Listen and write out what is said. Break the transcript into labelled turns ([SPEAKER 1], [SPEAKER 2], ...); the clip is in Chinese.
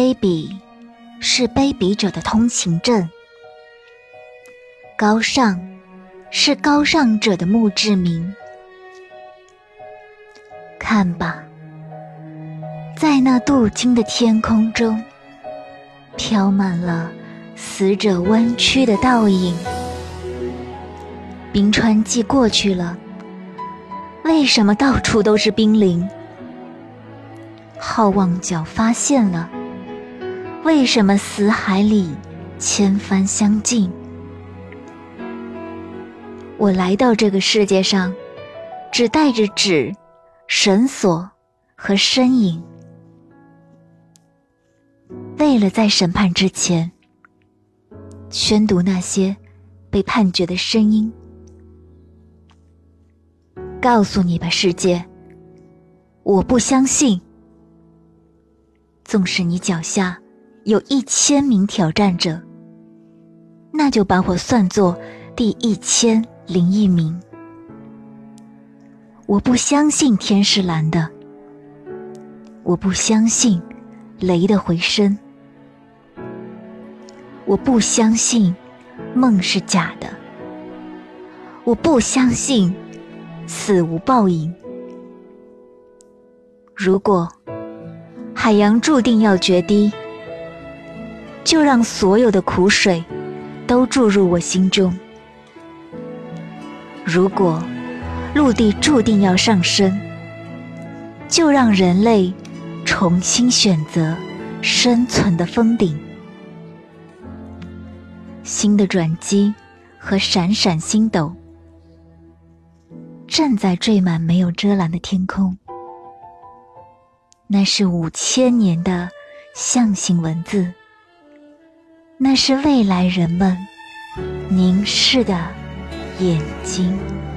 [SPEAKER 1] 卑鄙是卑鄙者的通行证，高尚是高尚者的墓志铭。看吧，在那镀金的天空中，飘满了死者弯曲的倒影。冰川季过去了，为什么到处都是冰凌？好望角发现了，为什么死海里千帆相近？我来到这个世界上，只带着纸、绳索和身影，为了在审判之前宣读那些被判决的声音。告诉你吧，世界，我不相信。纵使你脚下有1000名挑战者，那就把我算作第1001名。我不相信天是蓝的，我不相信雷的回声，我不相信梦是假的，我不相信死无报应。如果海洋注定要决堤，就让所有的苦水都注入我心中。如果陆地注定要上升，就让人类重新选择生存的峰顶。新的转机和闪闪星斗正在缀满没有遮拦的天空，那是5000年的象形文字，那是未来人们凝视的眼睛。